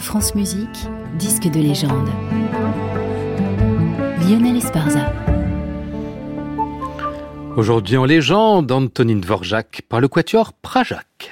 France Musique, disque de légende. Lionel Esparza. Aujourd'hui en légende, Antonín Dvořák par le quatuor Pražák.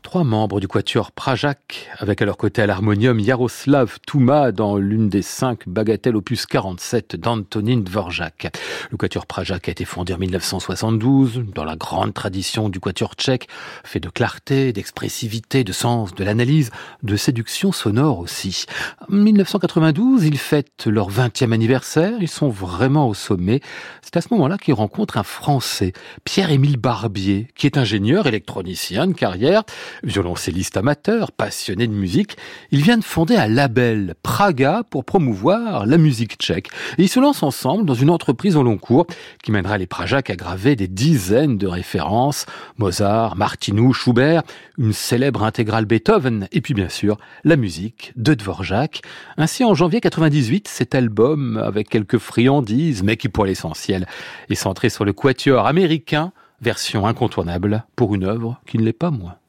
3 membres du quatuor Pražák, avec à leur côté à l'harmonium Jaroslav Touma dans l'une des 5 bagatelles opus 47 d'Antonín Dvořák. Le quatuor Pražák a été fondé en 1972, dans la grande tradition du quatuor tchèque, fait de clarté, d'expressivité, de sens, de l'analyse, de séduction sonore aussi. En 1992, ils fêtent leur 20e anniversaire, ils sont vraiment au sommet. C'est à ce moment-là qu'ils rencontrent un Français, Pierre-Émile Barbier, qui est ingénieur électronicien de carrière, violoncelliste amateur, passionné de musique. Il vient de fonder un label, Praga, pour promouvoir la musique tchèque. Et ils se lancent ensemble dans une entreprise au long cours qui mènera les Pražák à graver des dizaines de références. Mozart, Martinou, Schubert, une célèbre intégrale Beethoven, et puis bien sûr, la musique de Dvořák. Ainsi, en janvier 98, cet album, avec quelques friandises, mais qui pour l'essentiel est centré sur le quatuor américain, version incontournable pour une œuvre qui ne l'est pas moins.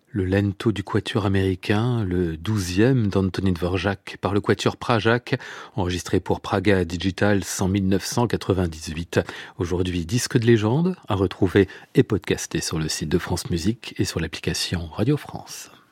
Le lento du quatuor américain, le 12e d'Antonín Dvořák par le quatuor Pražák, enregistré pour Praga Digital en 1998. Aujourd'hui, disque de légende, à retrouver et podcasté sur le site de France Musique et sur l'application Radio France.